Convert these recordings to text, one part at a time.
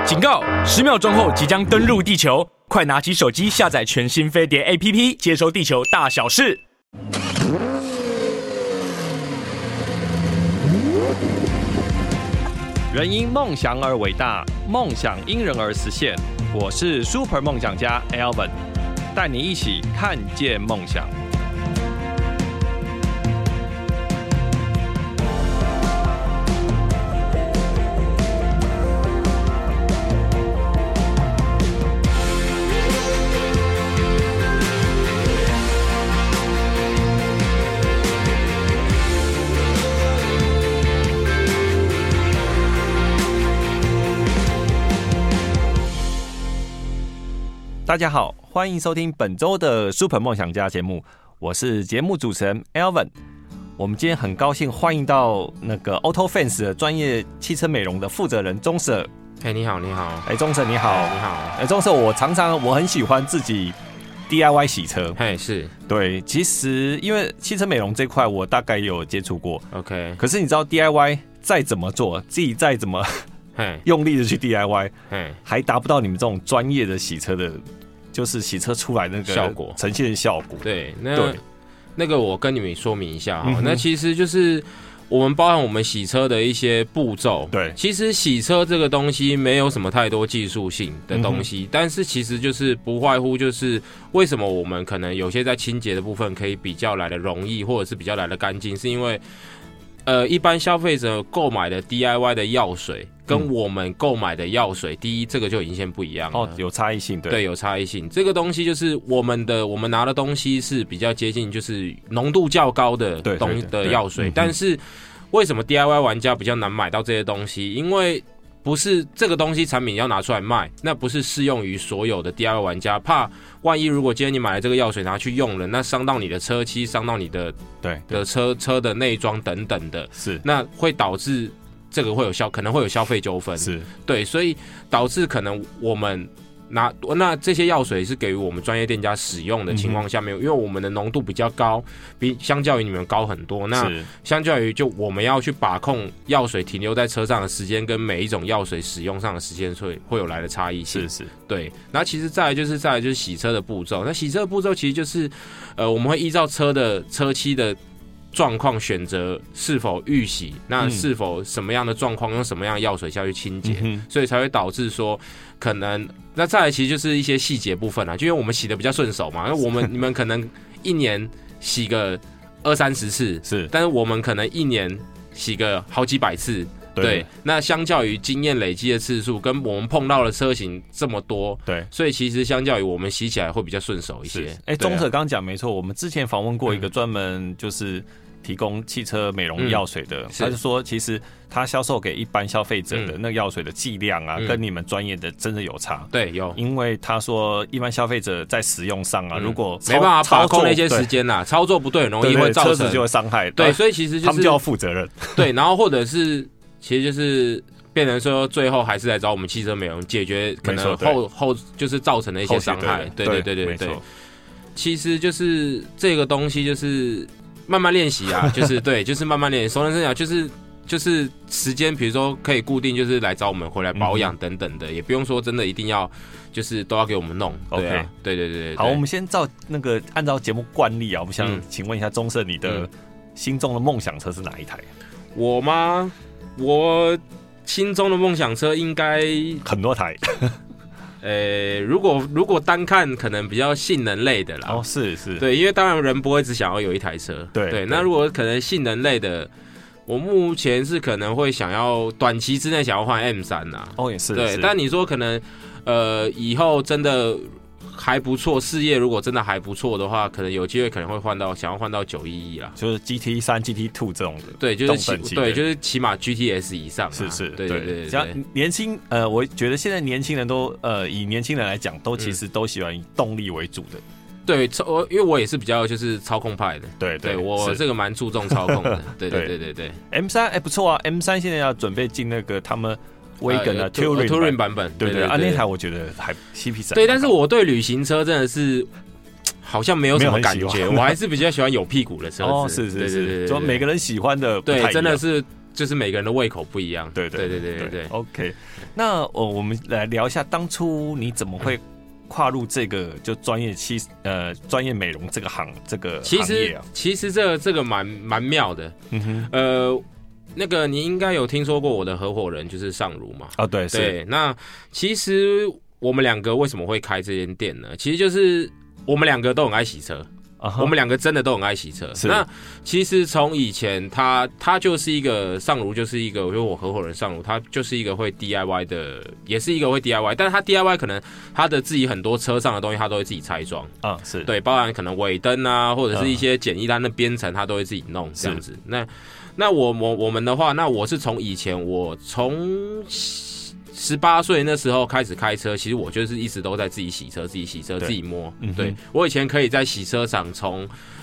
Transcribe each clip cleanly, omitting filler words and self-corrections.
警告！10秒钟后即将登陆地球，快拿起手机下载全新飞碟 APP， 接收地球大小事。 人因梦想而伟大，梦想因人而实现。我是 Super 梦想家 Alvin， 带你一起看见梦想。大家好，欢迎收听本周的 Super 梦想家节目，我是节目主持人 Alvin。我们今天很高兴欢迎到那个 AutoFans 的专业汽车美容的负责人钟 Sir。 你好，你好。 钟 Sir 你好， 你好。 钟 Sir， 我很喜欢自己 DIY 洗车。 是。 对，其实因为汽车美容这块我大概有接触过。 OK。 可是你知道 DIY 再怎么做，自己再怎么用力的去 DIY， 还达不到你们这种专业的洗车的，就是洗车出来那个效果呈现效果。 对，那个我跟你们说明一下哈，那其实就是我们包含我们洗车的一些步骤。 对， 其实洗车这个东西没有什么太多技术性的东西，但是其实就是不外乎就是为什么我们可能有些在清洁的部分可以比较来的容易，或者是比较来的干净，是因为一般消费者购买的 DIY 的药水跟我们购买的药水，第一这个就已经先不一样了。 哦，有差异性。 对，有差异性。这个东西就是我们拿的东西是比较接近就是浓度较高的的药水，但是为什么 DIY 玩家比较难买到这些东西？因为不是这个东西产品要拿出来卖，那不是适用于所有的 DIY 玩家。怕万一如果今天你买了这个药水拿去用了，那伤到你的车漆，伤到你的车的内装等等的， 是那会导致这个可能会有消费纠纷。 是对， 所以导致可能我们那这些药水是给予我们专业店家使用的情况下面，因为我们的浓度比较高，相较于你们高很多，那相较于就我们要去把控药水停留在车上的时间跟每一种药水使用上的时间会有来的差异性。 是对。然后其实再来就是洗车的步骤，那洗车的步骤其实就是我们会依照车的车漆的状况选择是否预洗，那是否什么样的状况用什么样的药水下去清洁，所以才会导致说可能那再来其实就是一些细节部分啦，就因为我们洗的比较顺手嘛，因为你们可能一年洗个20-30次，是，但是我们可能一年洗个好几百次。对，那相较于经验累积的次数，跟我们碰到的车型这么多，对，所以其实相较于我们洗起来会比较顺手一些。 钟 Sir 刚刚讲没错，我们之前访问过一个专门就是提供汽车美容药水的，他就说其实他销售给一般消费者的那药水的剂量啊，跟你们专业的真的有差。 对，有， 因为他说一般消费者在使用上啊，如果没办法把控那些时间呐，操作不对，很容易会造成车子就会伤害。 对，所以其实就是他们就要负责任。 对，然后或者是其实就是变成说最后还是来找我们汽车美容解决可能后就是造成的一些伤害。对，其实就是这个东西就是慢慢练习啊，就是对，就是慢慢练习。熟能生巧，就是时间，比如说可以固定，就是来找我们回来保养等等的，也不用说真的一定要就是都要给我们弄。对啊，对。 好，我们先按照节目惯例啊，我们想请问一下钟 Sir，你的心中的梦想车是哪一台？ 我吗？我心中的梦想车应该很多台。 如果单看可能比较性能类的啦。 哦，是。 对，因为当然人不会只想要有一台车。对。那如果可能性能类的，我目前是可能会想要短期之内想要换 M3 啦。 哦，也是。 对，但你说可能以后真的还不错，事业如果真的还不错的话，可能有机会可能会想要换到911啦， 就是 GT3、GT2 这种的。对， 就是起码 GTS 以上。 是。 对。 像年轻我觉得现在年轻人都以年轻人来讲，都其实都喜欢以动力为主的。 对，因为我也是比较就是操控派的。对，我这个蛮注重操控的。对。 M3 不错啊 ，M3 现在要准备进那个他们Wagon 啊 Touring 版本，对那台我觉得还 CP 值。 对，但是我对旅行车真的是好像没有什么感觉，我还是比较喜欢有屁股的车子。 哦，是，就每个人喜欢的不太一样。 对，真的是就是每个人的胃口不一样。 对对对对对对对。 OK， 那我们来聊一下当初你怎么会跨入这个就专业美容这个行业啊？ 其实这个蛮妙的。那个你应该有听说过我的合伙人就是尚如嘛？ 啊，对， 对。那其实我们两个为什么会开这间店呢？其实就是我们两个都很爱洗车。我们两个真的都很爱洗车。那其实从以前他就是一个尚如，就是一个就是我合伙人尚如，他就是一个会 DIY 的，也是一个会 DIY， 但是他 DIY 可能他的自己很多车上的东西他都会自己拆装啊，是对， 包含可能尾灯啊，或者是一些简易单的编程，他都会自己弄这样子。那我们的话，那我是从以前我从18岁那时候开始开车，其实我就是一直都在自己洗车、自己摸。对，我以前可以在洗车场从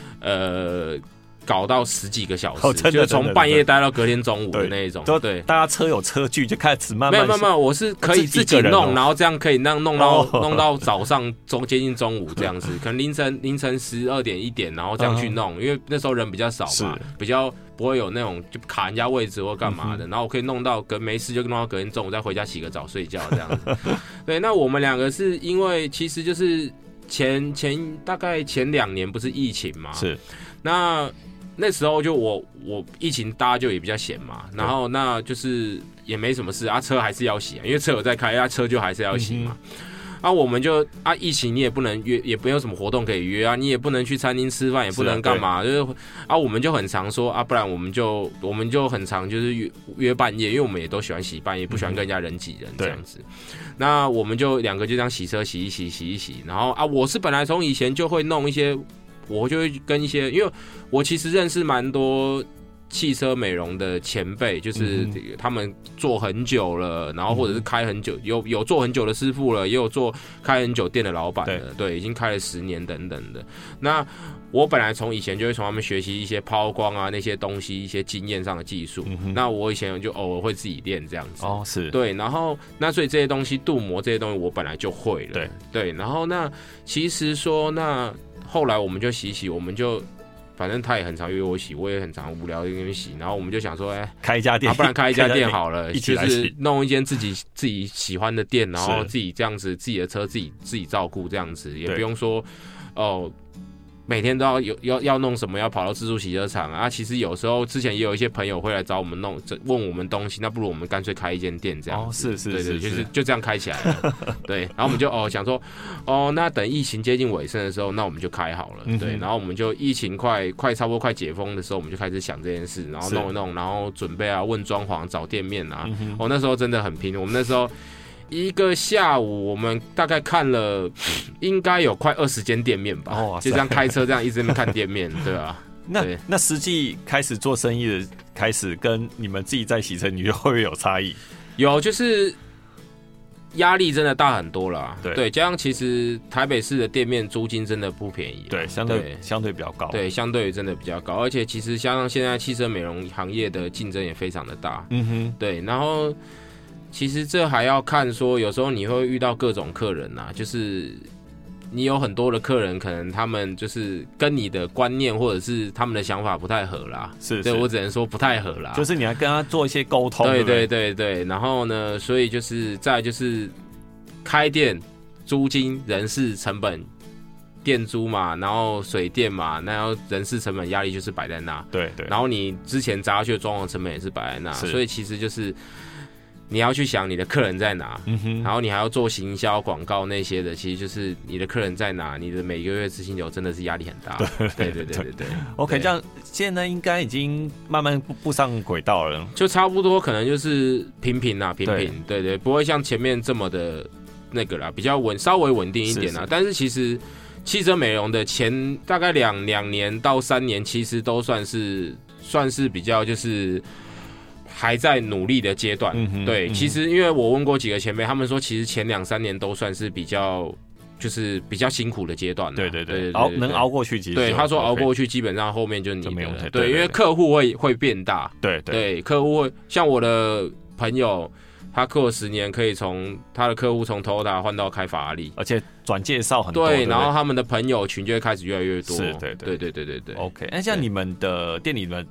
搞到10几个小时，就从半夜待到隔天中午的那一种。对， 大家车有车距就开始慢慢。 没有，我是可以自己弄，然后这样可以弄到早上接近中午这样子，可能凌晨12点1点，然后这样去弄，因为那时候人比较少嘛，比较不会有那种就卡人家位置或干嘛的，然后我可以弄到没事就弄到隔天中午再回家洗个澡睡觉这样子。对，那我们两个是因为其实就是大概前2年不是疫情嘛，是那时候就我疫情大家就也比较闲嘛，然后那就是也没什么事啊，车还是要洗啊，因为车有在开啊，车就还是要洗嘛。我们就疫情你也不能约，也没有什么活动可以约啊，你也不能去餐厅吃饭，也不能干嘛，就是我们就很常说不然我们就很常就是约半夜，因为我们也都喜欢洗半夜，不喜欢跟人家人挤人这样子。那我们就2个就这样洗车洗一洗，然后我是本来从以前就会弄一些，我就会跟一些，因为我其实认识蛮多汽车美容的前辈，就是他们做很久了，然后或者是开很久，有做很久的师傅了，也有做开很久店的老板了，对，已经开了10年等等的。那我本来从以前就会从他们学习一些抛光啊那些东西，一些经验上的技术。那我以前就偶尔会自己练这样子。是对，然后那所以这些东西镀膜这些东西我本来就会了。对，然后那其实说那后来我们就洗，我们就。反正他也很常约我洗，我也很常无聊跟他洗，然后我们就想说， 开一家店， 不然开一家店好了， 一起来就是弄一间自己喜欢的店，然后自己这样子，自己的车自己照顾这样子，也不用说每天都要弄什么，要跑到自助洗车场啊。其实有时候之前也有一些朋友会来找我们问我们东西，那不如我们干脆开一间店这样子。是，就是就这样开起来了。对，然后我们就想说，那等疫情接近尾声的时候，那我们就开好了。对，然后我们就疫情快差不多快解封的时候，我们就开始想这件事，然后弄一弄，然后准备问装潢、找店面啊。那时候真的很拼，我们那时候。一个下午，我们大概看了应该有快20间店面吧，就这样开车这样一直在那边看店面，对吧？ 那实际开始做生意的开始，跟你们自己在洗车，你觉得会不会有差异？ 有，就是压力真的大很多啦。对，加上其实台北市的店面租金真的不便宜， 对，相对比较高， 对，相对真的比较高，而且其实像现在汽车美容行业的竞争也非常的大，对，然后。其实这还要看说，有时候你会遇到各种客人啊，就是你有很多的客人，可能他们就是跟你的观念或者是他们的想法不太合啦。对，我只能说不太合啦。 就是你要跟他做一些沟通。 对。然后呢，所以就是再来就是开店租金、人事成本、店租嘛，然后水电嘛，那要人事成本压力就是摆在那。对。然后你之前砸下去的装潢成本也是摆在那，所以其实就是。你要去想你的客人在哪，然后你还要做行销广告那些的，其实就是你的客人在哪，你的每个月资金流真的是压力很大。对。 OK， 这样现在应该已经慢慢步上轨道了， 就差不多可能就是平平，对，不会像前面这么的那个啦，比较稍微稳定一点啦。但是其实汽车美容的前大概两年到3年，其实都算是比较就是。还在努力的阶段，对，其实因为我问过几个前辈，他们说其实前2-3年都算是比较辛苦的阶段，对， 能熬过去，其实对他说熬过去，基本上后面就你的了，对，因为客户会变大，对，客户会像我的朋友，他过了10年可以从他的客户从 Toyota 换到开法拉利， 而且转介绍很多， 对，然后他们的朋友群就会开始越来越多， 对。 OK， 那像你们的店里面。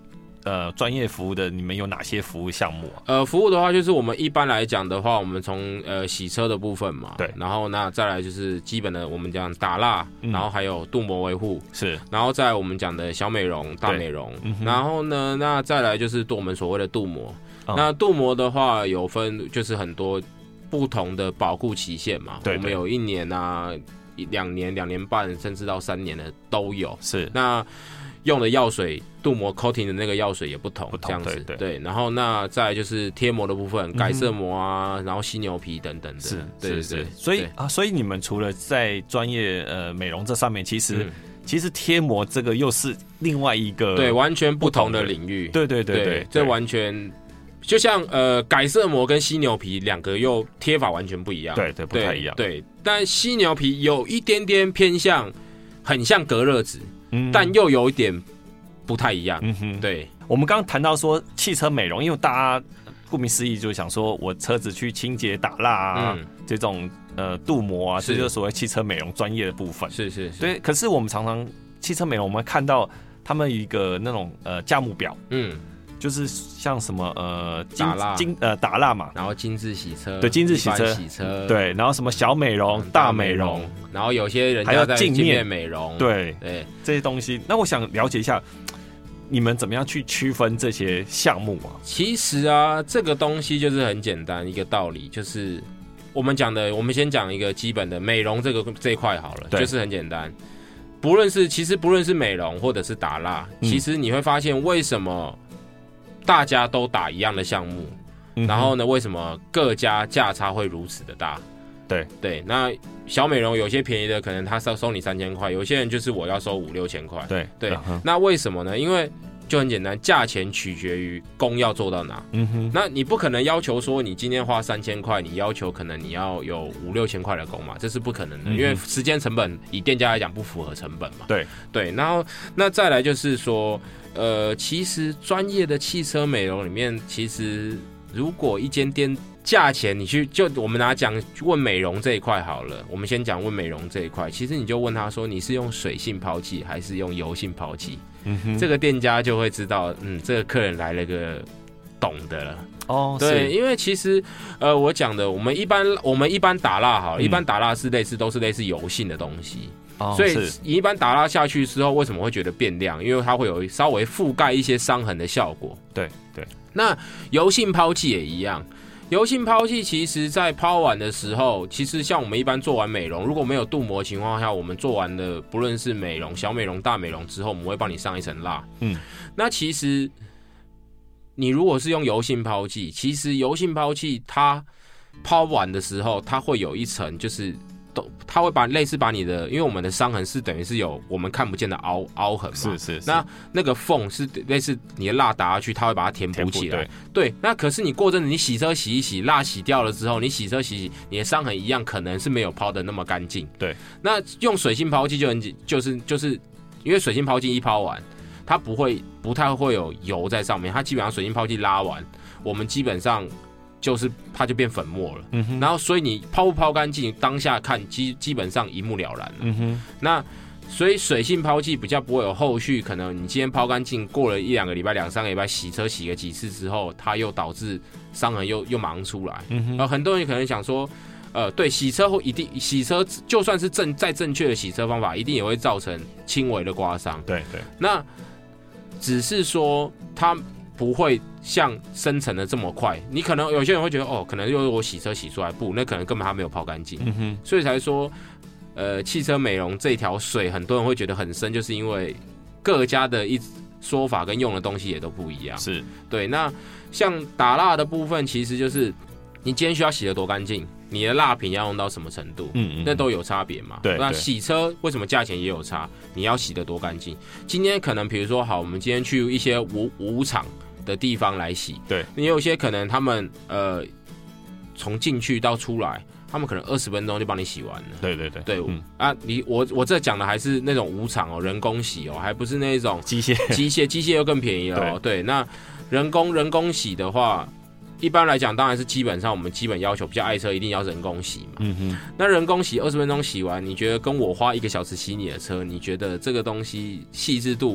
专业服务的，你们有哪些服务项目啊？ 服务的话，就是我们一般来讲的话，我们从洗车的部分嘛， 对， 然后那再来就是基本的我们讲打蜡，然后还有镀膜维护， 是， 然后再来我们讲的小美容、大美容，然后呢，那再来就是我们所谓的镀膜。那镀膜的话有分就是很多不同的保护期限嘛， 对， 我们有1年啊、2年、2年半，甚至到3年的都有。 是， 那用的药水镀膜 coating 的那个药水也不同，这样子对。然后那再来就是贴膜的部分，改色膜啊，然后犀牛皮等等的， 是， 对。 所以你们除了在专业美容这上面，其实贴膜这个又是另外一个对完全不同的领域， 对， 这完全。就像改色膜跟犀牛皮两个又贴法完全不一样， 对，不太一样， 对。但犀牛皮有一点点偏向，很像隔热纸，但又有一点不太一样，对。 我们刚刚谈到说汽车美容，因为大家顾名思义就想说我车子去清洁打蜡啊，这种镀膜啊，这就是所谓汽车美容专业的部分，是，对。可是我们常常汽车美容，我们看到他们有一个那种价目表，就是像什么打蜡嘛， 然后精致洗车， 对，精致洗车，对，然后什么小美容、大美容， 然后有些人还有镜面美容， 对这些东西。那我想了解一下，你们怎么样去区分这些项目啊？ 其实啊，这个东西就是很简单一个道理，就是我们先讲一个基本的美容这一块好了，就是很简单。不论是美容或者是打蜡，其实你会发现为什么大家都打一样的项目，然后呢，为什么各家价差会如此的大？对，那小美容有些便宜的，可能他收你3000块，有些人就是我要收5-6千块。对，那为什么呢？因为就很简单，价钱取决于工要做到哪。那你不可能要求说你今天花3000块，你要求可能你要有5-6千块的工嘛，这是不可能的，因为时间成本以店家来讲不符合成本嘛。对，然后那再来就是说。其实专业的汽车美容里面，其实如果一间店价钱你去就我们拿讲问美容这一块好了，我们先讲问美容这一块，其实你就问他说你是用水性抛弃还是用油性抛弃，这个店家就会知道，这个客人来了个懂的了。对，因为其实我讲的，我们一般打蜡好了，一般打蜡都是类似油性的东西。所以你一般打蜡下去之后，为什么会觉得变亮？因为它会有稍微覆盖一些伤痕的效果。 对。 那油性抛弃也一样，油性抛弃其实在抛完的时候，其实像我们一般做完美容，如果没有镀膜的情况下，我们做完的不论是美容、小美容、大美容之后，我们会帮你上一层蜡。那其实你如果是用油性抛弃，其实油性抛弃它抛完的时候，它会有一层就是它会类似把你的，因为我们的伤痕是等于是有我们看不见的凹痕嘛， 是。 那个缝是类似你的蜡打下去，它会把它填补起来。对。那可是你过阵子你洗车洗一洗，蜡洗掉了之后，你洗车洗，你的伤痕一样可能是没有抛的那么干净。 对。 那用水性抛弃就是因为水性抛弃一抛完，它不太会有油在上面，它基本上水性抛弃拉完，我们基本上。就是它就变粉末了，然后所以你抛不抛干净，当下看基本上一目了然了。那所以水性抛弃比较不会有后续，可能你今天抛干净，过了1-2个礼拜、2-3个礼拜，洗车洗个几次之后，它又导致伤痕又忙出来。很多人可能想说，对，洗车就算是再正确的洗车方法，一定也会造成轻微的刮伤。 对。 那只是说它。不会像生成的这么快，你可能有些人会觉得可能就是我洗车洗出来不，那可能根本它没有抛干净，所以才说，汽车美容这条水，很多人会觉得很深，就是因为各家的说法跟用的东西也都不一样。 是对。那像打蜡的部分，其实就是你今天需要洗得多干净，你的蜡瓶要用到什么程度，那都有差别嘛。 对。 那洗车为什么价钱也有差？你要洗得多干净？今天可能比如说好，我们今天去一些舞场。的地方来洗， 对， 你有些可能他们从进去到出来，他们可能20分钟就帮你洗完了。对，我这讲的还是那种舞场人工洗还不是那种机械又更便宜了。对，那人工洗的话，一般来讲当然是基本上我们基本要求，比较爱车一定要人工洗嘛。那人工洗20分钟洗完，你觉得跟我花1个小时洗你的车，你觉得这个东西细致度？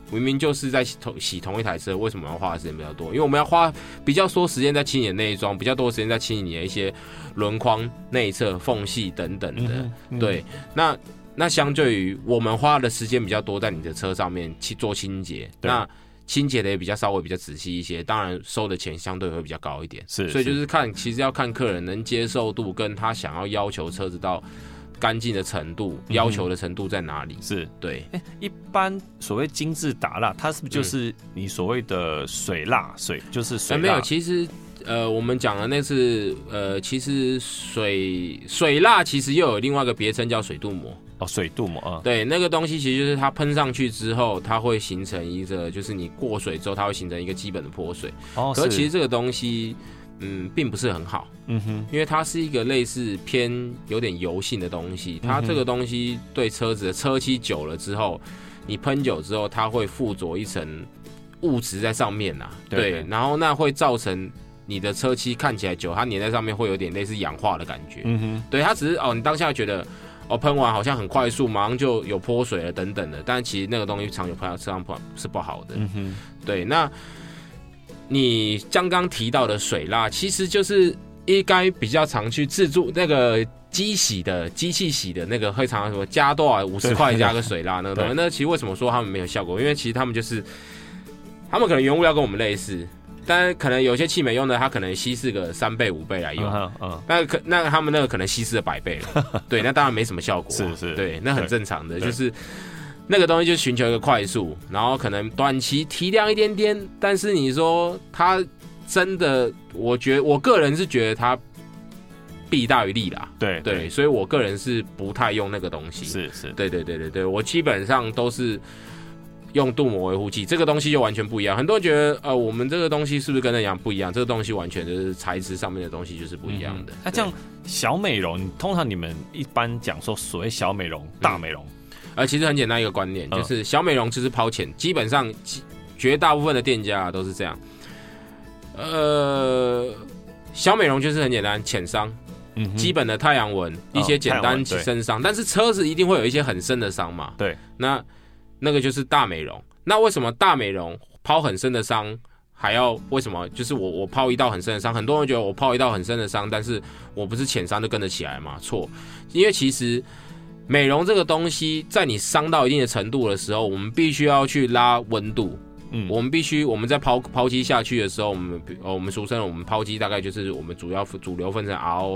明明就是在洗同一台车，为什么要花的时间比较多？因为我们要花比较多时间在清理内装，比较多的时间在清理你的一些轮框、内侧缝隙等等的。对，那相对于我们花的时间比较多在你的车上面去做清洁，那清洁的也稍微比较仔细一些，当然收的钱相对会比较高一点。所以就是其实要看客人能接受度跟他想要求车子到干净的程度，要求的程度在哪里？是对。 一般所谓精致打蜡，它是不是就是你所谓的水蜡？就是水蜡？ 没有，其实我们讲的那是其实水蜡其实又有另外一个别称叫水镀膜。 水镀膜啊， 对，那个东西其实就是它喷上去之后，它会形成一个，就是你过水之后，它会形成一个基本的泼水。可是其实这个东西，并不是很好。因为它是一个类似偏有点油性的东西，它这个东西对车子的车漆久了之后，你喷久之后，它会附着一层物质在上面对，然后那会造成你的车漆看起来久，它粘在上面会有点类似氧化的感觉。对，它只是你当下觉得。喷完好像很快速，马上就有泼水了等等的，但其实那个东西长久喷到车上是不好的。对，那你刚刚提到的水蜡，其实就是应该比较常去自助那个机器洗的那个，会常常什么加多少50块加个水蜡那个东西。那其实为什么说他们没有效果？因为其实他们可能原物料跟我们类似。但可能有些汽美用的，它可能稀释个3倍5倍来用，那他们那个可能稀释了100倍了，对，那当然没什么效果，是，对，那很正常的，就是那个东西就寻求一个快速，然后可能短期提亮一点点，但是你说它真的，我个人是觉得它弊大于利啦，对，所以我个人是不太用那个东西，是，对，我基本上都是。用镀膜维护剂，这个东西就完全不一样。很多人觉得，我们这个东西是不是跟那样不一样？这个东西完全就是材质上面的东西就是不一样的。 那这样小美容，通常你们一般讲说所谓小美容、大美容， 其实很简单一个观念，就是小美容就是抛钱，基本上绝大部分的店家都是这样。小美容就是很简单，浅伤。基本的太阳纹，一些简单深伤，但是车子一定会有一些很深的伤嘛。对，那个就是大美容。那为什么大美容抛很深的伤还要为什么？就是我抛一道很深的伤，很多人觉得我抛一道很深的伤，但是我不是浅伤就跟得起来嘛？错，因为其实美容这个东西，在你伤到一定的程度的时候，我们必须要去拉温度。我们在抛机下去的时候，我们俗称我们抛机大概就是我们主流分成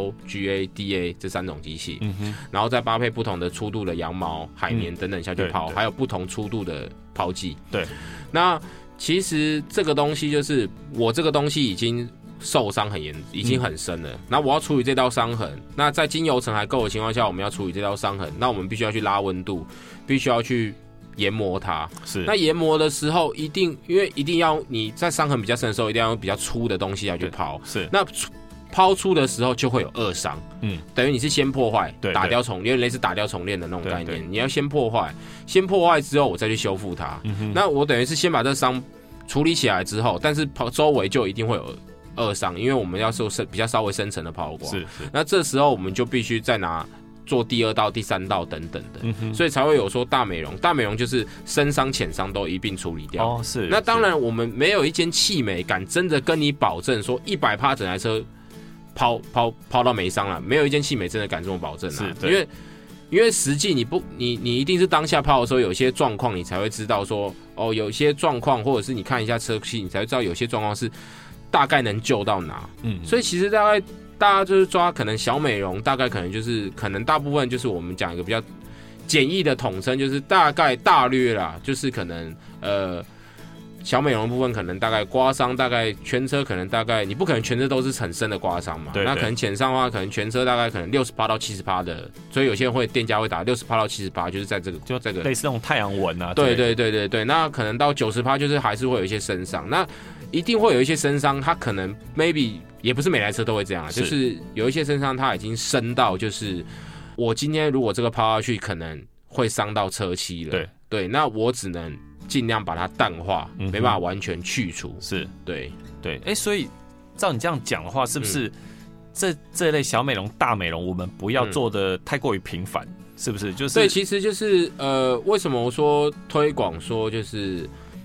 RO、GA、DA 这3种机器，然后再搭配不同的粗度的羊毛、海绵等等下去抛，还有不同粗度的抛剂。对，那其实这个东西就是我这个东西已经受伤已经很深了，那我要处理这道伤痕，那在精油层还够的情况下，我们要处理这道伤痕，那我们必须要去拉温度，必须要去研磨它。是，那研磨的时候因为一定要你在伤痕比较深的时候，一定要用比较粗的东西要去抛。是，那抛出的时候就会有2伤。等于你是先破坏，打掉重练，类似打掉重练的那种概念。你要先破坏之后，我再去修复它。那我等于是先把这伤处理起来之后，但是周围就一定会有2伤，因为我们要做比较稍微深层的抛光。是，那这时候我们就必须再做第2道、第3道等等的，所以才会有说大美容。大美容就是深伤、浅伤都一并处理掉。是。那当然，我们没有一间汽美敢真的跟你保证说100%整台车抛到没伤了，没有一间汽美真的敢这么保证啊。因为实际你一定是当下抛的时候有些状况，你才会知道说有些状况，或者是你看一下车漆，你才会知道有些状况是大概能救到哪。所以其实大家就是抓可能小美容，大概可能大部分就是我们讲一个比较简易的统称，就是大略啦，就是可能小美容的部分可能大概刮伤，大概全车可能大概你不可能全车都是很深的刮伤嘛，那可能浅伤的话，可能全车大概可能60%到70%的，所以有些人店家会打60%到70%，就是在这个类似那种太阳纹啊。 对，那可能到90%就是还是会有一些深伤，那一定会有一些深伤，它可能 maybe 也不是每台车都会这样，就是有一些深伤它已经深到就是我今天如果这个抛下去可能会伤到车漆了，对，那我只能尽量把它淡化，没办法完全去除。是，对。 所以照你这样讲的话，是不是这类小美容、大美容，我们不要做的太过于频繁，是不是？就是对，其实就是为什么我说推广说就是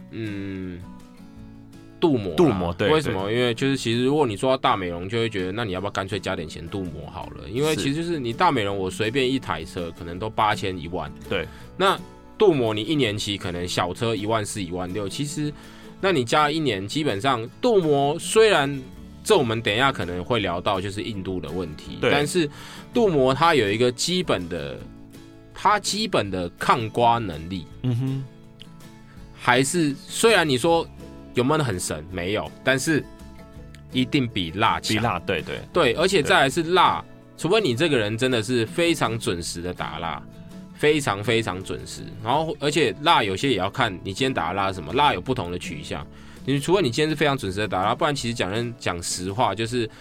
镀膜， 对， 为什么？因为就是其实如果你做到大美容，就会觉得那你要不要干脆加点钱镀膜好了？因为其实就是你大美容，我随便一台车可能都8000、10000， 对。 那镀膜你1年期可能小车14000、16000，其实那你加1年，基本上镀膜虽然这我们等一下可能会聊到就是硬度的问题，但是镀膜它有一个基本的抗刮能力，还是虽然你说有没有很神？没有，但是一定比蜡强。 比蜡，对， 而且再来是蜡，除非你这个人真的是非常准时的打蜡，非常非常准时。然后，而且蜡有些也要看你今天打的蜡是什么，蜡有不同的取向。你除非你今天是非常准时的打蜡，不然其实讲实话，就是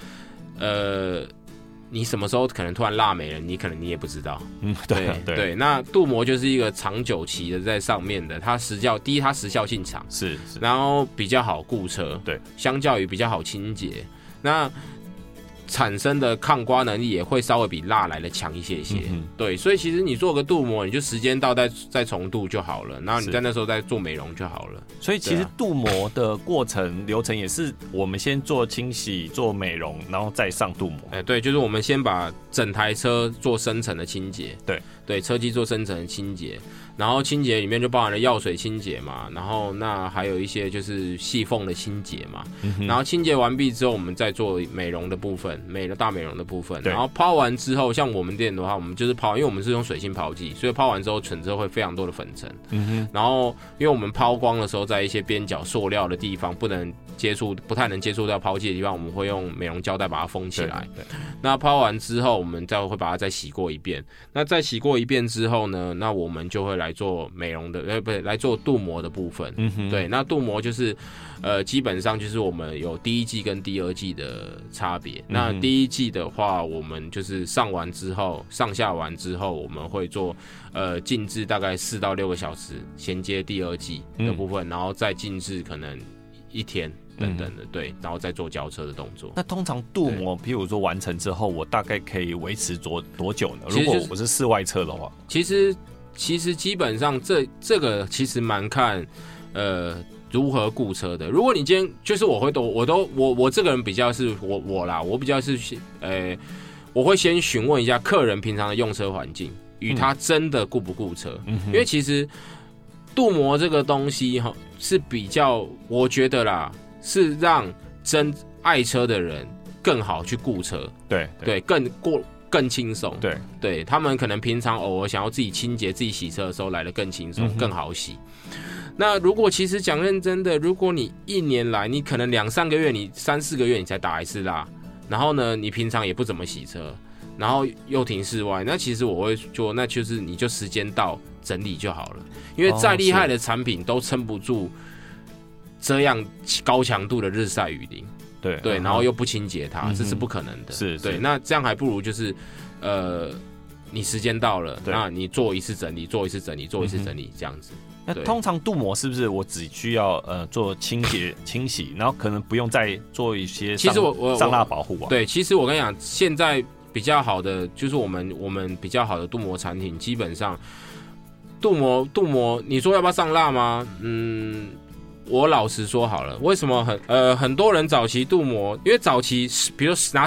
你什么时候可能突然蜡没了，你也不知道。对。那镀膜就是一个长久期的在上面的，它第一它时效性长， 是， 然后比较好固车， 对， 相较于比较好清洁，那产生的抗刮能力也会稍微比蜡来的强一些。对，所以其实你做个镀膜，你就时间到再重镀就好了，然后你在那时候再做美容就好了。 所以其实镀膜的过程流程也是我们先做清洗、做美容，然后再上镀膜。 对，就是我们先把整台车做深层的清洁， 对， 车机做深层的清洁，然后清洁里面就包含了药水清洁嘛，然后那还有一些就是细缝的清洁嘛，然后清洁完毕之后，我们再做美容的部分，大美容的部分，然后抛完之后，像我们店的话，我们就是抛，因为我们是用水性抛剂，所以抛完之后存之后会非常多的粉尘，然后因为我们抛光的时候，在一些边角塑料的地方不太能接触到抛剂的地方，我们会用美容胶带把它封起来。那抛完之后，我们会把它再洗过一遍。那再洗过一遍之后呢，那我们就会来做美容的，不是来做镀膜的部分。对，那镀膜就是基本上就是我们有第一季跟第二季的差别。那第一季的话，我们就是上下完之后，我们会做静置大概4到6个小时，衔接第二季的部分，然后再静置可能1天。等等的，对，然后再做交车的动作。 那通常镀膜，譬如说完成之后，我大概可以维持多久呢？如果我是室外车的话， 其实基本上这个其实蛮看如何顾车的。如果你今天就是我这个人比较是我比较是我会先询问一下客人平常的用车环境，与他真的顾不顾车，因为其实镀膜这个东西是比较，我觉得啦。是让真爱车的人更好去顾车，对，更轻松，对，他们可能平常偶尔想要自己清洁、自己洗车的时候来得更轻松、更好洗。那如果其实讲认真的，如果你1年来你可能2-3个月、你3-4个月你才打一次蜡，然后呢你平常也不怎么洗车，然后又停室外，那其实我会说，那就是你就时间到整理就好了，因为再厉害的产品都撑不住这样高强度的日晒雨淋，对，然后又不清洁它，这是不可能的。 是， 对，那这样还不如就是你时间到了，那你做一次整理，做一次整理，做一次整理，这样子。 那通常镀膜是不是我只需要做清洁清洗，然后可能不用再做一些其实我上蜡保护啊？ 对，其实我跟你讲，现在比较好的就是我们比较好的镀膜产品，基本上镀膜，你说要不要上蜡吗？我老实说好了，为什么很多人早期镀膜，因为早期比如拿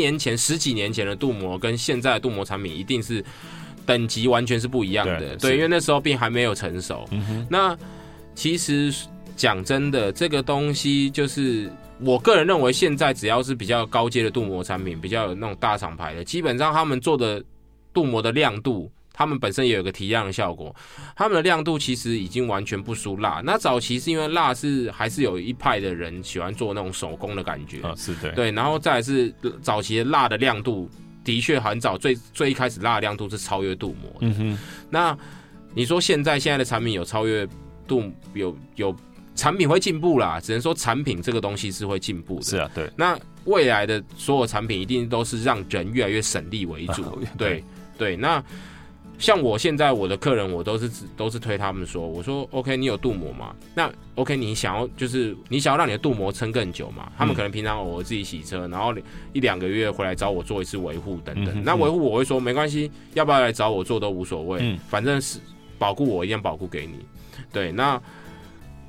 10几年前的镀膜跟现在的镀膜产品一定是等级完全是不一样的，对，因为那时候并还没有成熟。那其实讲真的，这个东西就是我个人认为，现在只要是比较高阶的镀膜产品，比较有那种大厂牌的，基本上他们做的镀膜的亮度。他们本身也有个提亮的效果，他们的亮度其实已经完全不输蜡。那早期是因为蜡还是有一派的人喜欢做那种手工的感觉， 是对，然后再来是早期的蜡的亮度的确很早，最一开始蜡的亮度是超越镀膜的。那你说现在的产品有超越有产品会进步啦，只能说产品这个东西是会进步的。 是啊，对。 那未来的所有产品一定都是让人越来越省力为主，对，那。像我现在我的客人，我都是推他们说，我说 OK， 你有镀膜嘛？那 OK， 你想要让你的镀膜撑更久嘛？他们可能平常偶尔自己洗车，然后1-2个月回来找我做一次维护等等。那维护我会说没关系，要不要来找我做都无所谓，反正是保护我一定保护给你。对，那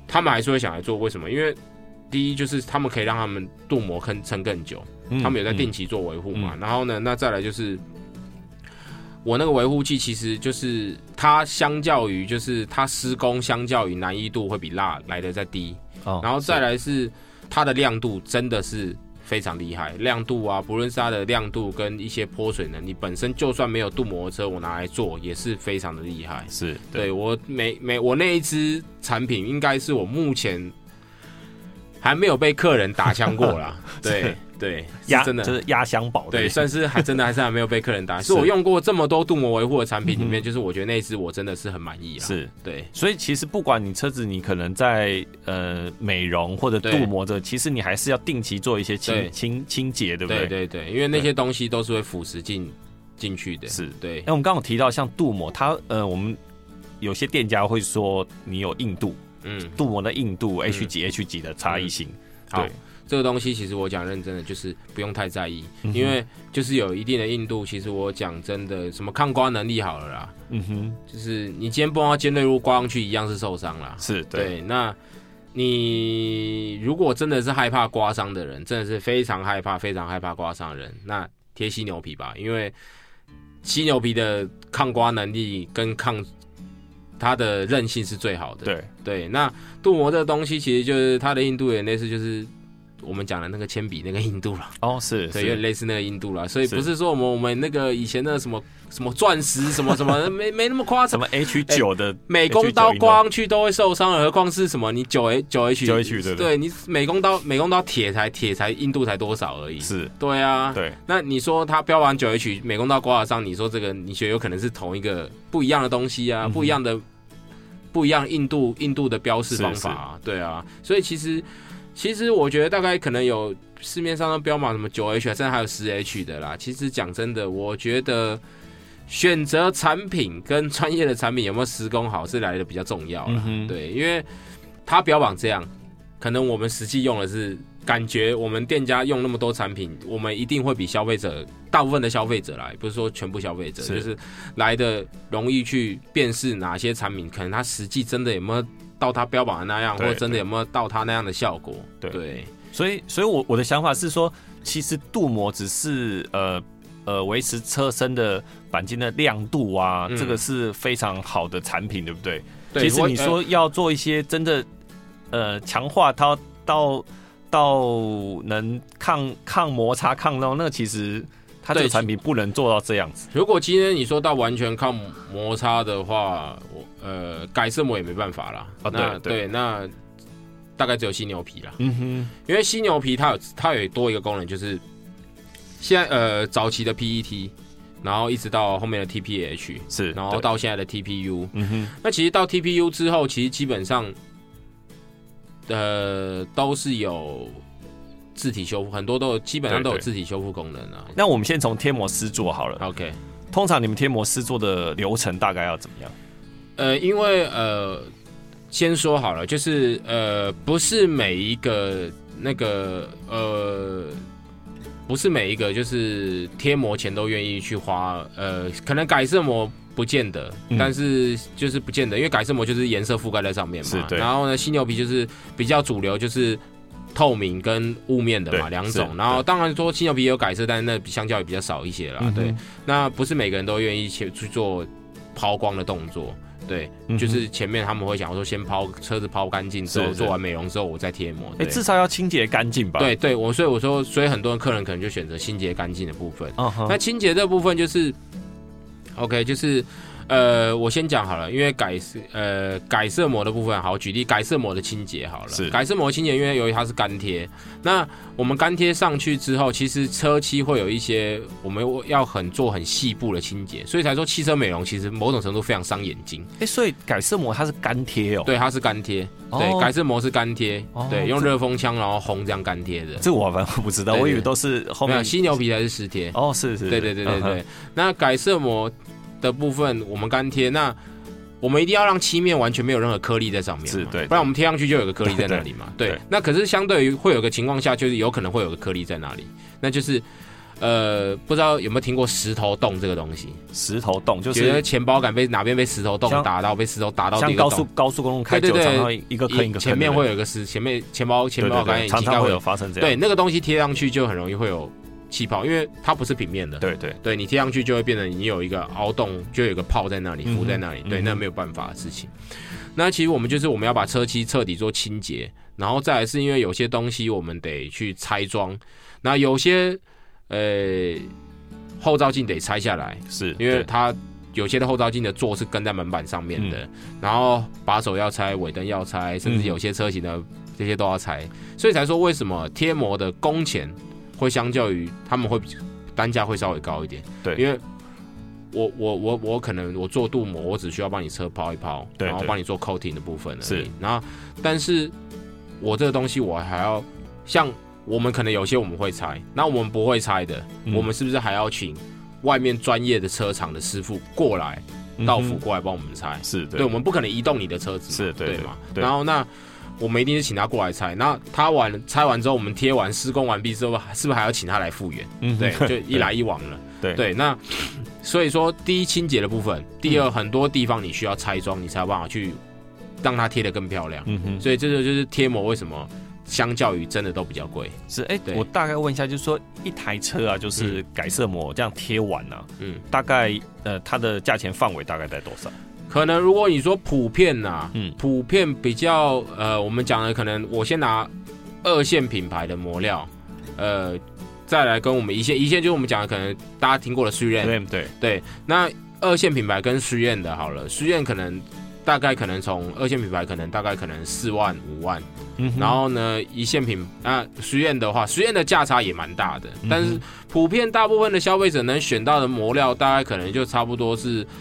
他们还是会想来做。为什么？因为第一就是他们可以让他们镀膜撑更久，他们有在定期做维护嘛。然后呢，那再来就是我那个维护剂，其实就是它相较于就是它施工相较于难易度会比蜡来的再低。然后再来是它的亮度真的是非常厉害，亮度啊，不论是它的亮度跟一些泼水能力，本身就算没有镀膜车，我拿来做也是非常的厉害。 是对我我那一支产品，应该是我目前还没有被客人打枪过啦。对，真的就是压箱宝。 对，算是还还没有被客人打。是我用过这么多镀膜维护的产品里面，就是我觉得那一支我真的是很满意啊。 是， 对。 所以其实不管你车子你可能在美容或者镀膜的，其实你还是要定期做一些清洁，对不对？ 对，因为那些东西都是会腐蚀进去的。 是， 对。 那我们刚刚有提到像镀膜，它我们有些店家会说你有硬度，镀膜的硬度 H 几 H 几的差异性，对。 这个东西其实我讲认真的，就是不用太在意，因为就是有一定的硬度。其实我讲真的，什么抗刮能力好了啦，就是你今天不要尖锐物刮上去一样是受伤啦。 是对。 那你如果真的是害怕刮伤的人，真的是非常害怕刮伤的人，那贴犀牛皮吧，因为犀牛皮的抗刮能力跟它的韧性是最好的。对。那镀膜这个东西，其实就是它的硬度也类似，就是我们讲的那个铅笔那个硬度了。 是， 对，有点类似那个硬度了。所以不是说我们那个以前的什么钻石什么没那么夸张。 什么 H9 的美工刀刮上去都会受伤，何况是什么你9H 对，你美工刀铁才硬度才多少而已。是，对啊，对。那你说它标榜 9H 美工刀刮得伤，你说这个你觉得有可能是同一个不一样的东西啊，不一样硬度的标示方法啊，对啊。所以其实我觉得大概可能有市面上的标码什么 9H 甚至还有 10H 的啦。其实讲真的，我觉得选择产品跟专业的产品有没有施工好是来的比较重要啦。对，因为他标榜这样，可能我们实际用的是感觉我们店家用那么多产品，我们一定会比大部分的消费者啦，也不是说全部消费者，就是来的容易去辨识哪些产品可能它实际真的有没有到他标榜的那样，或者真的有没有到他那样的效果？对，所以我的想法是说，其实镀膜只是维持车身的钣金的亮度啊，这个是非常好的产品，对不对？其实你说要做一些真的强化它到能抗摩擦抗弄，那其实它这个产品不能做到这样子。 如果今天你说到完全抗摩擦的话，改色膜也没办法啦。对，那大概只有犀牛皮啦。因为犀牛皮它有多一个功能，就是现在早期的 PET， 然后一直到后面的 TPH， 是，然后到现在的 TPU。那其实到 TPU 之后，其实基本上都是有自体修复，很多基本上都有自体修复功能啊。 那我们先从贴膜施作好了。 OK， 通常你们贴膜施作的流程大概要怎么样？ 因为先说好了，就是不是每一个不是每一个就是贴膜前都愿意去花，可能改色膜不见得，但是就是不见得，因为改色膜就是颜色覆盖在上面嘛。然后呢，犀牛皮就是比较主流，就是透明跟雾面的嘛，两种。然后当然说犀牛皮也有改色，但是那相较也比较少一些啦。对，那不是每个人都愿意去做抛光的动作。对，就是前面他们会想说，先车子抛干净之后，做完美容之后，我再贴膜。 至少要清洁干净吧？ 对，所以很多客人可能就选择清洁干净的部分。那清洁这部分就是 ，OK， 就是。我先讲好了，因为改色膜的部分，好，举例改色膜的清洁好了。改色膜的清洁，因为由于它是干贴，那我们干贴上去之后，其实车漆会有一些我们要做很细部的清洁，所以才说汽车美容其实某种程度非常伤眼睛。 所以改色膜它是干贴哦？ 对，它是干贴。对，改色膜是干贴。对，用热风枪然后烘这样干贴的。 这我反正不知道，我以为都是后面犀牛皮才是实贴。 是。 对。那改色膜的部分我们干贴，那我们一定要让漆面完全没有任何颗粒在上面，是对，不然我们贴上去就有个颗粒在那里嘛。对，那可是相对于会有个情况下，就是有可能会有个颗粒在那里，那就是不知道有没有听过石头洞这个东西？ 石头洞就是觉得钱包感被哪边被石头洞打到，被石头打到像一个洞。 高速公路开久，常常一个坑一个坑， 前面会有一个前面钱包感常常会有发生这样。 对，那个东西贴上去就很容易会有气泡，因为它不是平面的。对，你贴上去就会变成你有一个凹洞，就有一个泡在那里，浮在那里。对，那没有办法的事情。那其实我们要把车漆彻底做清洁，然后再来是因为有些东西我们得去拆装，那有些后照镜得拆下来，是因为它有些的后照镜的座是跟在门板上面的，然后把手要拆，尾灯要拆，甚至有些车型的这些都要拆，所以才说为什么贴膜的工钱会相较于他们会单价会稍微高一点。对，因为我可能我做镀膜，我只需要帮你车抛一抛，然后帮你做 coating 的部分而已。然后，但是我这个东西我还要像我们可能有些我们会拆，那我们不会拆的，我们是不是还要请外面专业的车厂的师傅过来到府过来帮我们拆？是对，我们不可能移动你的车子嘛，是对嘛？然后那我们一定是请他过来拆，那他拆完之后，我们贴完施工完毕之后，是不是还要请他来复原？对，就一来一往了。对，那所以说，第一清洁的部分，第二很多地方你需要拆装，你才有办法去让它贴得更漂亮。所以这个就是贴膜为什么相较于真的都比较贵。是，我大概问一下，就是说一台车啊，就是改色膜这样贴完啊，大概它的价钱范围大概在多少？可能如果你说普遍啊，普遍比较我们讲的可能我先拿2线品牌的膜料，再来跟我们一线就是我们讲的可能大家听过的Suen，对，那2线品牌跟Suen的好了，Suen可能大概可能从2线品牌大概可能4万5万，然后呢1线Suen的话，Suen的价差也蛮大的，但是普遍大部分的消费者能选到的膜料大概可能就差不多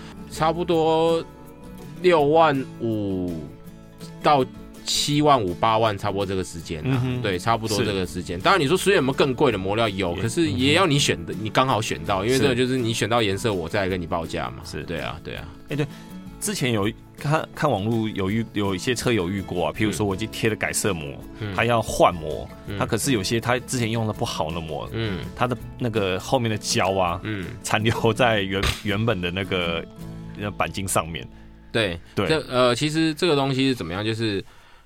6万5到7万5、8万，差不多这个时间啊，对，差不多这个时间。当然，你说Suen有没有更贵的膜料？有，可是也要你选的，你刚好选到，因为这个就是你选到颜色，我再来跟你报价嘛。是，对啊。对，之前有看网络有一些车有遇过啊，譬如说我已经贴了改色膜，它要换膜，它可是有些它之前用的不好的膜，它的那个后面的胶啊，残留在原本的那个钣金上面。对，其实这个东西是怎么样？就是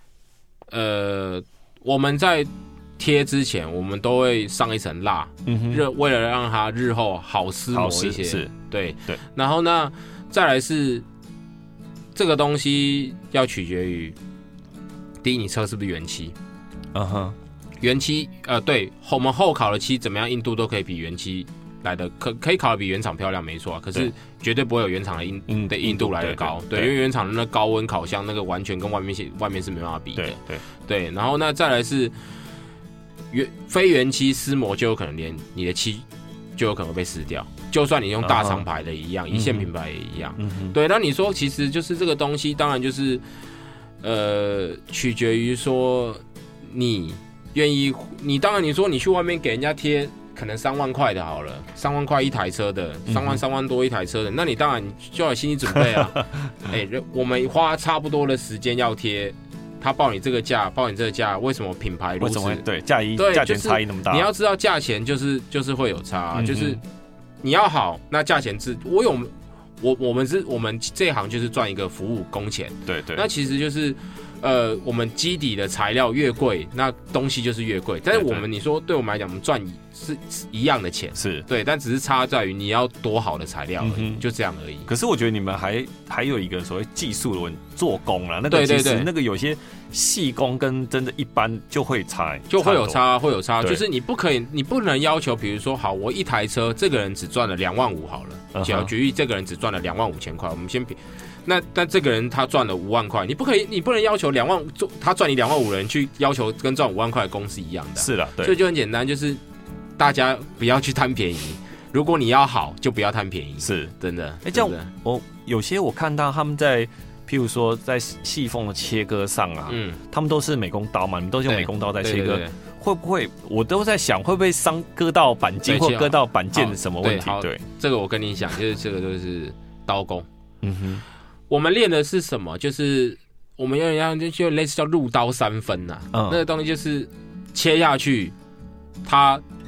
我们在贴之前，我们都会上一层蜡，为了让它日后好撕膜一些。是，对。然后呢，再来是这个东西要取决于，第一，你车是不是原漆？原漆，对，我们后烤的漆怎么样硬度都可以比原漆来的可以烤的比原厂漂亮，没错啊。可是绝对不会有原厂的硬度来的高，对，因为原厂的那高温烤箱那个完全跟外面是没办法比的，对。然后那再来是非原漆撕膜，就有可能连你的漆就有可能会被撕掉，就算你用大厂牌的一样，1线品牌也一样，对。那你说其实就是这个东西，当然就是取决于说你愿意，当然你说你去外面给人家贴。可能3万块的好了，3万块一台车的，3万多一台车的，那你当然就要有心理准备啊。我们花差不多的时间要贴，他报你这个价，为什么品牌如此？对，价钱差异那么大？你要知道价钱就是会有差，就是你要好，那价钱我们这一行就是赚一个服务工钱，对。那其实就是。我们基底的材料越贵，那东西就是越贵。但是你说对我们来讲，我们赚是一样的钱，是对，但只是差在于你要多好的材料而已，就这样而已。可是我觉得你们还有一个所谓技术的做工啦，那个其实那个有些细工跟真的一般就会有差，就是你不能要求，比如说好，我一台车这个人只赚了2万5好了，举例这个人只赚了2万5千块，我们先比。那这个人他赚了5万块，你不能要求他赚你2万5的人去要求跟赚5万块的公司一样的，是的，对，所以就很简单，就是大家不要去贪便宜。如果你要好，就不要贪便宜，是真的。这样有些我看到他们在，譬如说在细缝的切割上啊，他们都是美工刀嘛，你们都是用美工刀在切割。会不会？我都在想，会不会割到钣金或割到板件什么问题？对，这个我跟你讲，就是这个就是刀工。我们练的是什么？就是我们就类似叫入刀3分呐。那个东西就是切下去，它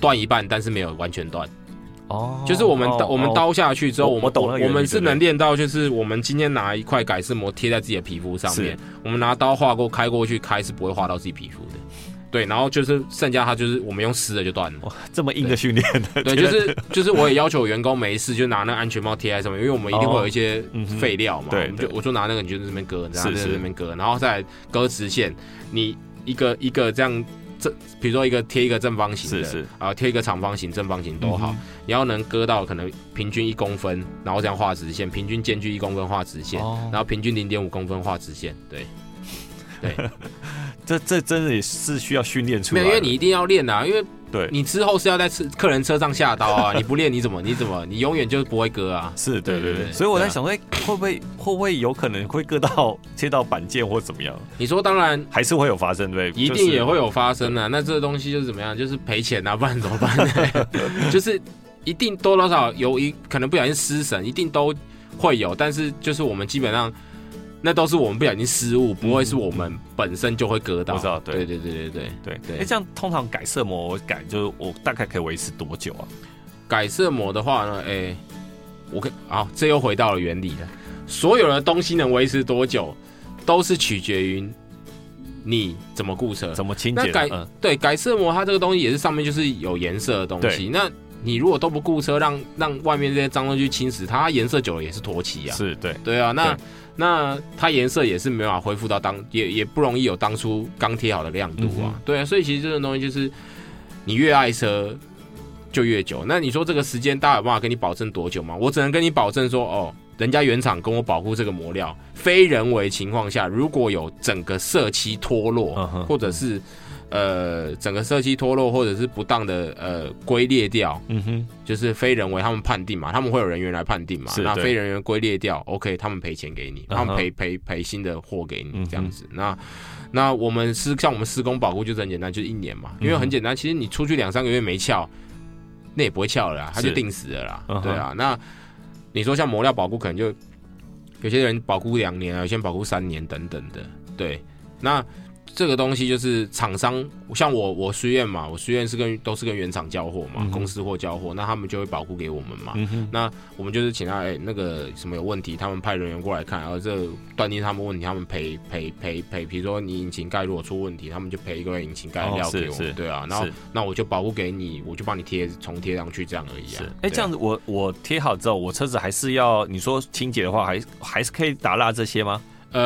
断一半，但是没有完全断。 哦， 就是我们刀下去之后， 我懂了， 我们是能练到，就是我们今天拿一块改色膜贴在自己的皮肤上面，我们拿刀划过开过去开是不会划到自己皮肤的。对，然后就是剩下它就是我们用湿的就断了。 哇，这么硬的训练的。 对，就是我也要求员工没事就拿那个安全帽贴在上面，因为我们一定会有一就废料嘛。对，我就拿那个你就在那边割，然后在那边割，然后再割直线，你一个这样。比如说贴一个正方形的，贴一个长方形、正方形都好，你要能割到可能平均1公分，然后这样画直线，平均间距1公分画直线，然后平均0.5公分画直线，对， 这真的也是需要训练出来的， 没有，因为你一定要练啊，因为对你之后是要在客人车上下刀啊，你不练你怎么你永远就不会割啊。 是，对，所以我在想说，会不会有可能会切到板件或怎么样？ 你说当然还是会有发生，对， 一定也会有发生啊。那这个东西就是怎么样？就是赔钱啊，不然怎么办呢？就是一定多多少有可能不小心失神，一定都会有，但是就是我们基本上。那都是我们不小心失误，不会是我们本身就会割到。 我知道，对。这样通常改色膜就是我大概可以维持多久啊？ 改色膜的话呢，这又回到了原理了。所有的东西能维持多久，都是取决于你怎么顾车、 怎么清洁。 对，改色膜它这个东西也是上面就是有颜色的东西。那你如果都不顾车，让外面这些脏东西侵蚀它颜色久了也是脱漆啊。 是， 对啊，那它颜色也是没办法恢复到也不容易有当初刚贴好的亮度啊。对啊，所以其实这种东西就是你越爱车就越久。那你说这个时间大家有办法跟你保证多久吗？我只能跟你保证说，人家原厂跟我保护这个膜料，非人为情况下，如果有整个色漆脱落，或者是整个色漆脱落，或者是不当的龟裂掉，就是非人为，他们判定嘛，他们会有人员来判定嘛，那非人员龟裂掉 ，OK， 他们赔钱给你，他们赔新的货给你这样子。那我们像我们施工保护就是很简单，就是1年嘛，因为很简单，其实你出去2-3个月没翘，那也不会翘了啦，它就定死了啦，对啊。那你说像膜料保护，可能就有些人保护2年啊，有些人保护3年等等的，对，那。这个东西就是厂商，像我书院嘛，我书院都是跟原厂交货嘛，公司货交货，那他们就会保护给我们嘛。那我们就是请他，那个什么有问题，他们派人员过来看，然后这断定他们问题，他们赔，比如说你引擎盖如果出问题，他们就赔一个引擎盖的料给我们，对啊，然后那我就保护给你，我就帮你重贴上去这样而已啊。 这样子我贴好之后，我车子还是要你说清洁的话，还是可以打蜡这些吗？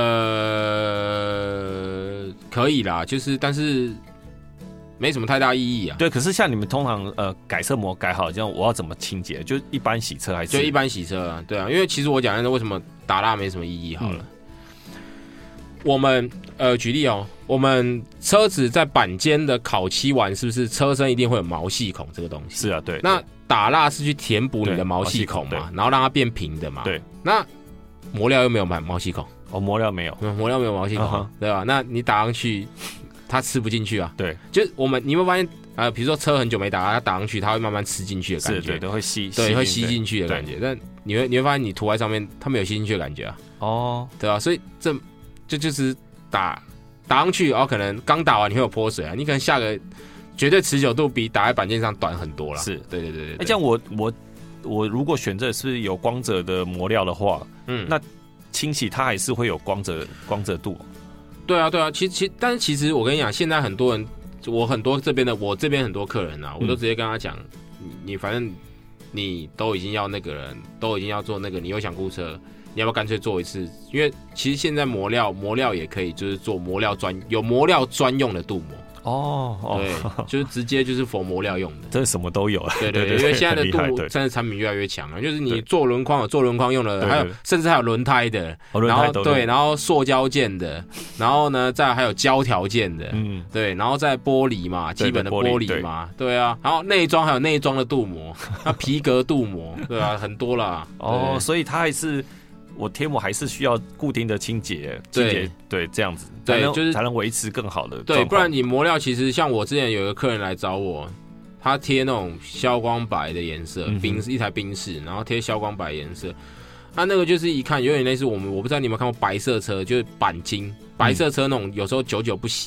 可以啦，就是但是没什么太大意义啊。 对，可是像你们通常改色膜改好，这样我要怎么清洁？就一般洗车还是？ 就一般洗车啊，对啊，因为其实我讲的为什么打蜡没什么意义好了。我们举例我们车子在板间的烤漆完，是不是车身一定会有毛细孔这个东西？ 是啊，对。 那打蜡是去填补你的毛细孔嘛，然后让它变平的嘛。 对。 那膜料又没有毛细孔。 膜料没有， 膜料没有毛细孔，对吧？那你打上去，它吃不进去啊。 对， 就是你会发现比如说车很久没打，它打上去，它会慢慢吃进去的感觉， 对，会吸进去的感觉。但你会发现，你涂在上面，它没有吸进去的感觉啊。对吧？所以这就是打上去，可能刚打完你会有泼水啊，你可能下个绝对持久度比打在板件上短很多啦。是，对。 这样我如果选择是有光泽的膜料的话，那清洗它还是会有光泽度。 对啊，但是其实我跟你讲，现在很多人，我这边很多客人啊，我都直接跟他讲，你反正你都已经要那个人，都已经要做那个，你又想顾车，你要不要干脆做一次？因为其实现在膜料也可以，就是做有膜料专用的镀膜。对，就是直接就是for膜料用的， 这什么都有。 对，因为现在的镀真的产品越来越强了，就是你做轮框有做轮框用的，还有甚至还有轮胎的，然后对，然后塑胶件的，然后呢再还有胶条件的，对，然后再玻璃嘛，基本的玻璃嘛，对啊，然后内装还有内装的镀膜，那皮革镀膜，对啊，很多啦。 所以它还是。我贴膜还是需要固定的清洁，对，这样子， 对，就是才能维持更好的。 对，不然你膜料其实像我之前有一个客人来找我，他贴那种消光白的颜色，一台宾士，然后贴消光白颜色，他那个就是一看有点类似我不知道你有没有看过白色车，就是钣金白色车那种，有时候久久不洗，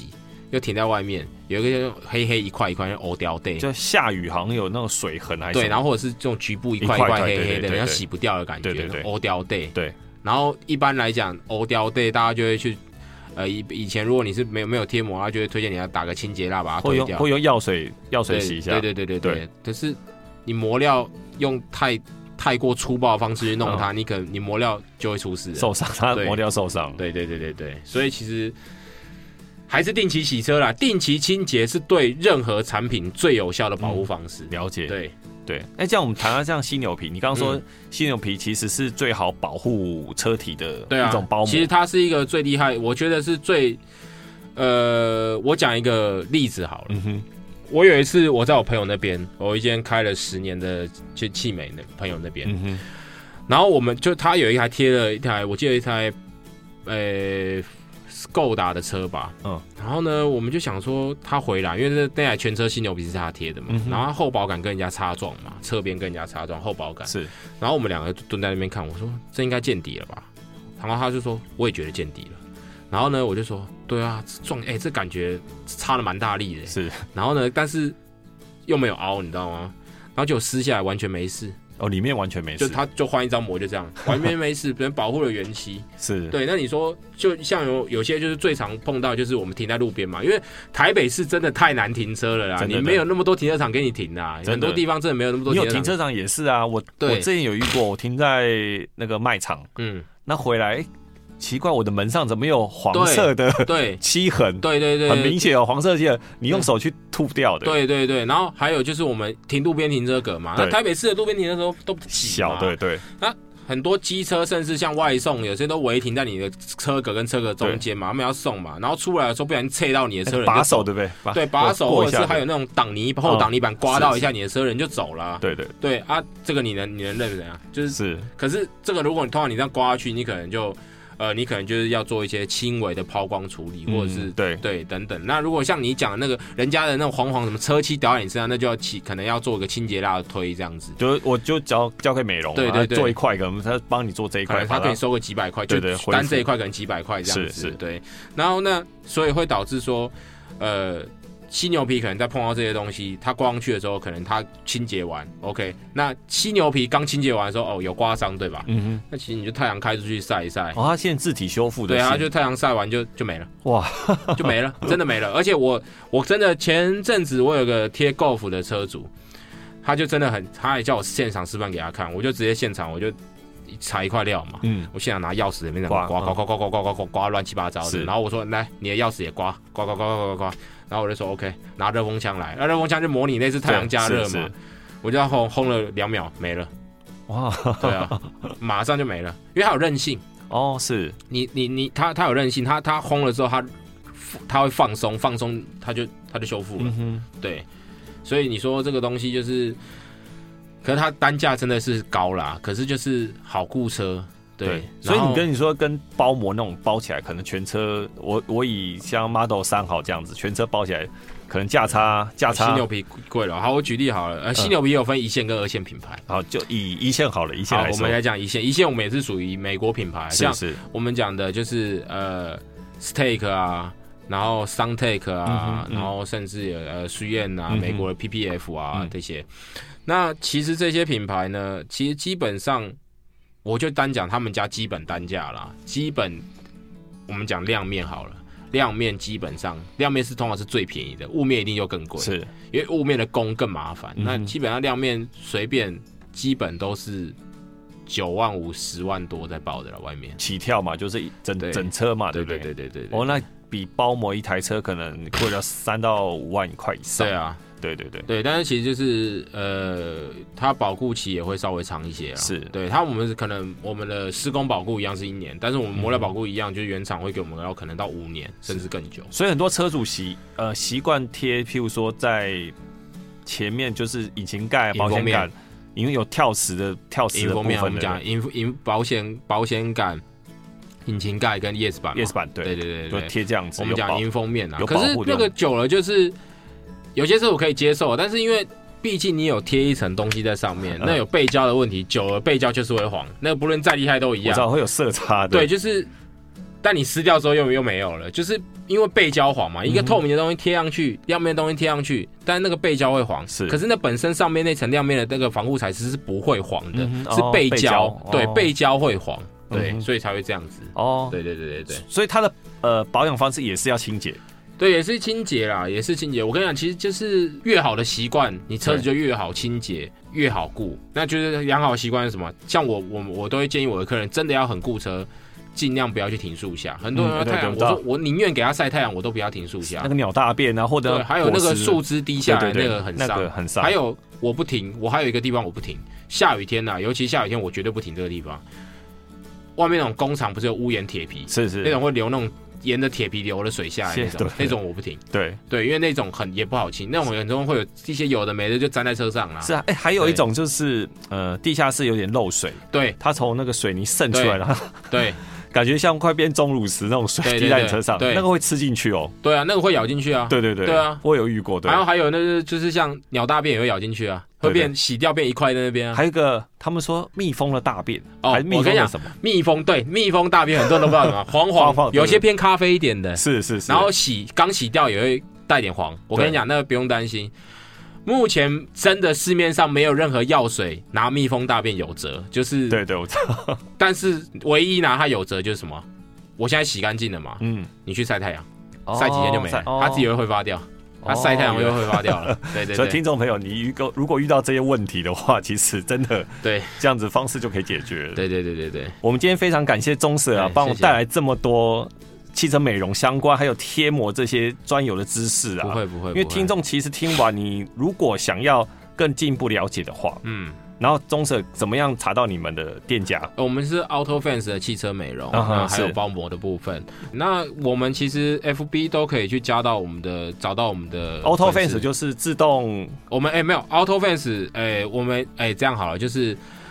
又停在外面，有一个黑黑一块一块欧雕带， 就下雨好像有那种水痕还是对，然后或者是这种局部一块一块黑黑的，然后洗不掉的感觉， 对， 欧雕带。 对， 然后一般来讲，欧雕带大家就会去。以前如果你是没有贴膜，他就会推荐你要打个清洁蜡把它推掉， 会用药水洗一下。 对。可是你磨料用太过粗暴的方式去弄它，你磨料就会出事， 受伤，它磨料受伤。 对。所以其实还是定期洗车啦，定期清洁是对任何产品最有效的保护方式。 了解。对，这样我们谈到像犀牛皮，你刚刚说犀牛皮其实是最好保护车体的一种包膜。 其实它是一个最厉害，我觉得是最我讲一个例子好了。我有一次我在我朋友那边，我一间开了10年的就汽美的朋友那边，然后我们就他有一台贴了一台，我记得一台Skoda 的车吧，然后呢，我们就想说他回来，因为那台全车犀牛皮是他贴的嘛，然后他后保杆跟人家擦撞嘛，侧边跟人家擦撞后保杆是， 然后我们两个蹲在那边看，我说这应该见底了吧，然后他就说我也觉得见底了，然后呢我就说对啊，撞这感觉擦了蛮大力的， 是， 然后呢但是又没有凹，你知道吗？然后就撕下来完全没事。 里面完全没事， 就他就换一张膜，就这样，完全没事，别人保护了原漆。 是对。那你说，就像有些就是最常碰到，就是我们停在路边嘛，因为台北市真的太难停车了啦，你没有那么多停车场给你停啦，很多地方真的没有那么多停车场。 你有停车场也是啊，我之前有遇过，我停在那个卖场，那回来。奇怪，我的门上怎么有黄色的漆痕？对，很明显有黄色漆痕，你用手去吐掉的。 对，然后还有就是我们停路边停车格嘛，那台北市的路边停车格都小，对。 那很多机车甚至像外送，有些都违停在你的车格跟车格中间嘛，他们要送嘛，然后出来的时候不小心蹭到你的车， 把手对不对？ 对，把手或者是还有那种后挡泥板刮到一下你的车，人就走了。对啊，这个你能认怎样？就是，可是这个如果你通常你这样刮下去，你可能就是要做一些轻微的抛光处理，或者是对等等。那如果像你讲的那个人家的那种黄什么车漆掉在你身上，那就要可能要做一个清洁蜡的推这样子。我就交给美容，对，做一块，可能他帮你做这一块， 他可以收个几百块，就单这一块可能几百块这样子。对，然后呢，所以会导致说，犀牛皮可能在碰到这些东西，它刮上去的时候，可能它清洁完 ，OK。那犀牛皮刚清洁完的时候，有刮伤，对吧？那其实你就太阳开出去晒一晒， 它现在自体修复的， 对，它就太阳晒完就没了， 哇， 就没了，真的没了。而且我真的前阵子我有个贴 Golf 的车主，他就真的他还叫我现场示范给他看，我就直接现场我就。裁一块料嘛，我现场拿钥匙里面刮乱七八糟的，然后我说来，你的钥匙也刮，然后我就说 OK， 拿热风枪来，那热风枪就模拟那次太阳加热嘛，我就轰了2秒没了，哇，对啊，马上就没了，因为它有韧性是它有韧性，它轰了之后它会放松它就修复了，对，所以你说这个东西就是。可是它单价真的是高啦，可是就是好顾车，对。 所以你说跟包膜那种包起来，可能全车我以像 Model 3好这样子，全车包起来，可能价差。 犀牛皮贵了，好，我举例好了，犀牛皮有分1线跟2线品牌， 好，就以1线好了，1线来说， 我们来讲1线，1线我们也是属于美国品牌，像我们讲的就是Stake 啊。然后 Suntech 啊，然后甚至有苏燕啊，美国的 PPF 啊这些。那其实这些品牌呢，其实基本上我就单讲他们家基本单价啦。基本我们讲亮面好了，亮面基本上亮面是通常是最便宜的，雾面一定就更贵， 是因为雾面的工更麻烦。那基本上亮面随便基本都是9万5、10万多在报的了，外面起跳嘛，就是整车嘛，对不对？ 对。 那比包膜一台车可能贵了3到5万块以上。 对啊， 对， 但是其实就是它保固期也会稍微长一些啦。 是， 对，我们可能我们的施工保固一样是1年，但是我们磨料保固一样，就是原厂会给我们要可能到5年甚至更久。 所以很多车主习惯贴，譬如说在前面就是引擎盖、保险杆，因为有跳齿的部分的， 我们讲保险杆。引擎盖跟叶子板，对， 就贴这样子。 我们讲迎风面啊，可是那个久了就是有些车我可以接受，但是因为毕竟你有贴一层东西在上面，那有背胶的问题，久了背胶就是会黄，那不论再厉害都一样。 我知道会有色差的。 对，就是但你撕掉之后又没有了，就是因为背胶黄嘛，一个透明的东西贴上去，亮面的东西贴上去，但那个背胶会黄，可是那本身上面那层亮面的那个防护材质是不会黄的，是背胶，对，背胶会黄，对，所以才会这样子。哦，对， 所以它的保养方式也是要清洁。 对，也是清洁啦，也是清洁。我跟你讲，其实就是越好的习惯，你车子就越好清洁，越好顾。那就是良好的习惯是什么？像我都会建议我的客人，真的要很顾车，尽量不要去停树下。很多人说太阳，我说我宁愿给他晒太阳，我都不要停树下。 那个鸟大便啊，或者还有那个树枝滴下来，那个很伤， 那个很伤。 还有我不停，我还有一个地方我不停，下雨天尤其下雨天，我绝对不停这个地方。外面那种工厂不是有屋檐铁皮， 是那种会流那种。沿着铁皮流的水下来那种我不停。对，因为那种也不好清，那种很多会有一些有的没的就粘在车上啦。 是啊，还有一种就是地下室有点漏水， 对， 它从那个水泥渗出来，然后对， 感觉像快变钟乳石那种水滴在你车上，那个会吃进去哦。 对啊，那个会咬进去啊。对啊， 我有遇过。对， 还有那就是像鸟大便也会咬进去啊。会变洗掉变一块在那边啊。 还有一个他们说蜜蜂的大便还是蜜蜂的什么？ 蜜蜂大便很多人都不知道什么黄有些偏咖啡一点的， 是。 然后刚洗掉也会带点黄。我跟你讲，那个不用担心。目前真的市面上没有任何药水拿蜜蜂大便有辙，就是对，我知道。 但是唯一拿它有辙就是什么？我现在洗干净了嘛，你去晒太阳，晒几天就没了，它自己会发掉。它晒太阳又挥发掉了，对。 所以听众朋友，你如果遇到这些问题的话，其实真的对这样子方式就可以解决了。 对。 我们今天非常感谢钟 Sir 啊，帮我带来这么多汽车美容相关还有贴膜这些专有的知识啊。 不会， 因为听众其实听完，你如果想要更进一步了解的话，然后钟 Sir 怎么样查到你们的店家？ 我们是 AutoFans 的汽车美容，还有包膜的部分。那我们其实 FB 都可以去加到我们的，找到我们的 AutoFans 就是自动。 我们没有 AutoFans，我们这样好了，就是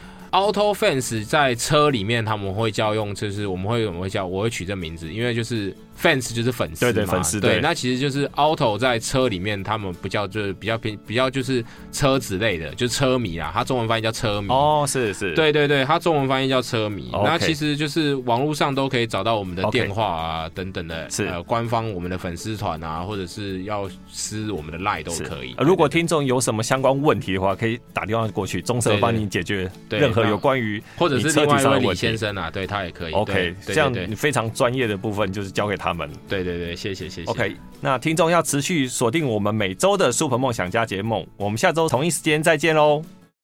AutoFans 在车里面他们会叫用，就是我们会叫，我会取这名字，因为就是。fans 就是粉丝嘛， 对粉丝对，那其实就是 auto 在车里面，他们不叫，就是比较就是车子类的，就是车迷啦，它中文翻译叫车迷。 哦，是， 对，它中文翻译叫车迷。那其实就是网络上都可以找到我们的电话啊等等的，官方我们的粉丝团啊，或者是要私我们的 LINE 都可以。 如果听众有什么相关问题的话，可以打电话过去，钟 Sir 帮你解决任何有关于或者是另外一位李先生啊，对他也可以。 OK， 这样你非常专业的部分就是交给他们。 对，谢谢。 OK， 那听众要持续锁定我们每周的 Super 梦想家节目，我们下周同一时间再见喽。